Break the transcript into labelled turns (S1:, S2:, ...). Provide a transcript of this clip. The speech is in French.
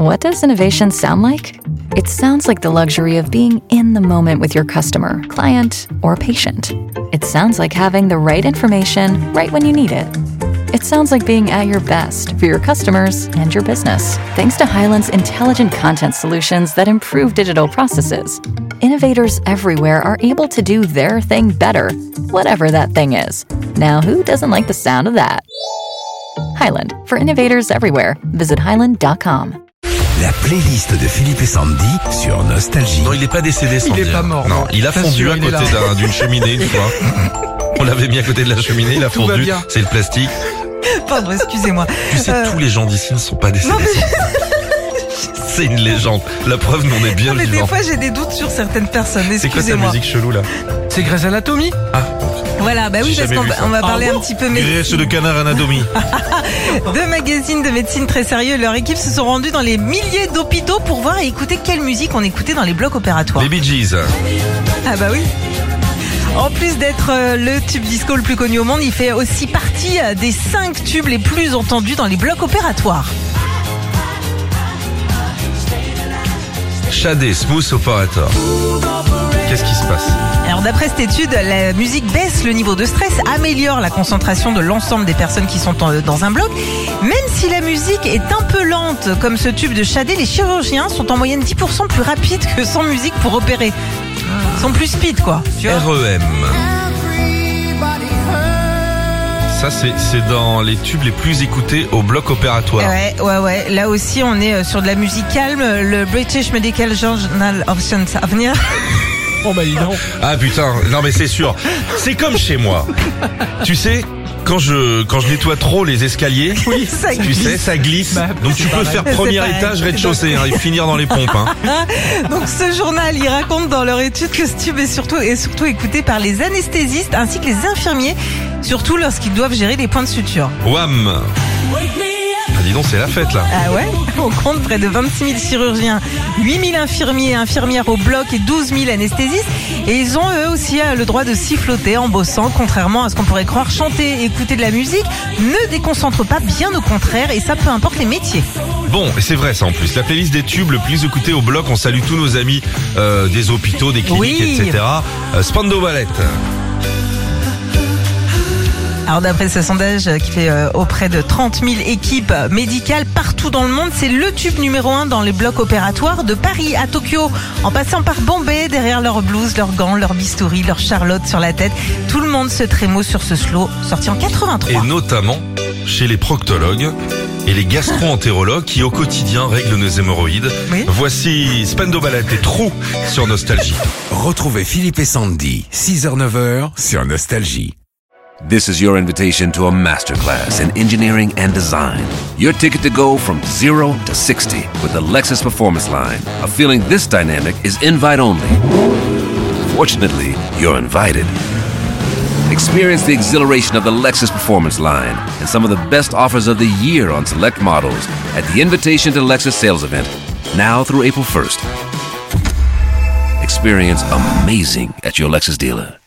S1: What does innovation sound like? It sounds like the luxury of being in the moment with your customer, client, or patient. It sounds like having the right information right when you need it. It sounds like being at your best for your customers and your business. Thanks to Hyland's intelligent content solutions that improve digital processes, innovators everywhere are able to do their thing better, whatever that thing is. Now, who doesn't like the sound of that? Hyland, for innovators everywhere. Visit hyland.com.
S2: La playlist de Philippe et Sandy sur Nostalgie.
S3: Non, il n'est pas décédé, Sandy.
S4: Il est pas mort.
S3: Non, il a fondu à côté d'une cheminée une fois. On l'avait mis à côté de la cheminée, il a
S4: Tout va
S3: fondu.
S4: bien.
S3: C'est le plastique.
S5: Pardon, excusez-moi.
S3: Tu sais, tous les gens d'ici ne sont pas décédés. C'est une légende. La preuve, nous on est bien
S5: Mais
S3: vivants.
S5: des fois, j'ai des doutes sur certaines personnes.
S3: C'est quoi cette
S5: Excusez-moi.
S3: musique chelou là?
S4: C'est Grey's Anatomy.
S5: Voilà, bah oui,
S3: J'ai
S5: parce
S3: jamais
S5: qu'on
S3: vu
S5: va,
S3: ça.
S5: on va parler
S4: Ah
S5: un
S4: bon
S5: petit peu
S3: Graisse de canard anatomie.
S5: Deux magazines de médecine très sérieux. Leur équipe se sont rendus dans les milliers d'hôpitaux pour voir et écouter quelle musique on écoutait dans les blocs opératoires.
S3: Les Bee Gees.
S5: Ah bah oui. En plus d'être le tube disco le plus connu au monde, il fait aussi partie des 5 tubes les plus entendus dans les blocs opératoires.
S3: Shadé, Smooth Operator. Qu'est-ce qui se passe?
S5: Alors d'après cette étude, la musique baisse le niveau de stress, améliore la concentration de l'ensemble des personnes qui sont dans un bloc. Même si la musique est un peu lente, comme ce tube de Shadé, les chirurgiens sont en moyenne 10% plus rapides que sans musique pour opérer. Ils sont plus speed, quoi. Tu vois.
S3: REM. Ça, c'est dans les tubes les plus écoutés au bloc opératoire.
S5: Ouais. Là aussi, on est sur de la musique calme. Le British Medical Journal of Science à venir.
S4: Oh bah dis donc.
S3: Ah putain, non mais c'est sûr. C'est comme chez moi. Tu sais, quand je nettoie trop les escaliers,
S5: Ça
S3: tu
S5: glisse.
S3: sais, ça glisse.
S4: Bah,
S3: Donc tu
S4: c'est
S3: peux
S4: pareil.
S3: faire
S5: C'est
S3: premier
S5: pareil.
S3: étage, rez-de-chaussée, et finir dans les pompes.
S5: Donc ce journal, il raconte dans leur étude que ce tube est surtout écouté par les anesthésistes ainsi que les infirmiers, surtout lorsqu'ils doivent gérer les points de suture.
S3: Wham. Ah, dis donc, c'est la fête là.
S5: Ah ouais. On compte près de 26 000 chirurgiens, 8 000 infirmiers et infirmières au bloc et 12 000 anesthésistes. Et ils ont eux aussi le droit de siffloter en bossant, contrairement à ce qu'on pourrait croire. Chanter et écouter de la musique ne déconcentre pas, bien au contraire, et ça peu importe les métiers.
S3: Bon, et c'est vrai ça en plus. La playlist des tubes le plus écouté au bloc. On salue tous nos amis des hôpitaux, des cliniques,
S5: Oui.
S3: etc. Spandau Ballet.
S5: Alors d'après ce sondage qui fait auprès de 30 000 équipes médicales partout dans le monde, c'est le tube numéro 1 dans les blocs opératoires de Paris à Tokyo, en passant par Bombay, derrière leur blouse, leurs gants, leur bistouri, leur charlotte sur la tête. Tout le monde se trémot sur ce slow, sorti en 83.
S3: Et notamment chez les proctologues et les gastro-entérologues qui au quotidien règlent nos hémorroïdes.
S5: Oui.
S3: Voici Spandau Ballet et Trou sur Nostalgie.
S2: Retrouvez Philippe et Sandy, 6h-9h sur Nostalgie.
S6: This is your invitation to a masterclass in engineering and design. Your ticket to go from 0 to 60 with the Lexus Performance Line. A feeling this dynamic is invite only. Fortunately, you're invited. Experience the exhilaration of the Lexus Performance Line and some of the best offers of the year on select models at the Invitation to Lexus sales event, now through April 1st. Experience amazing at your Lexus dealer.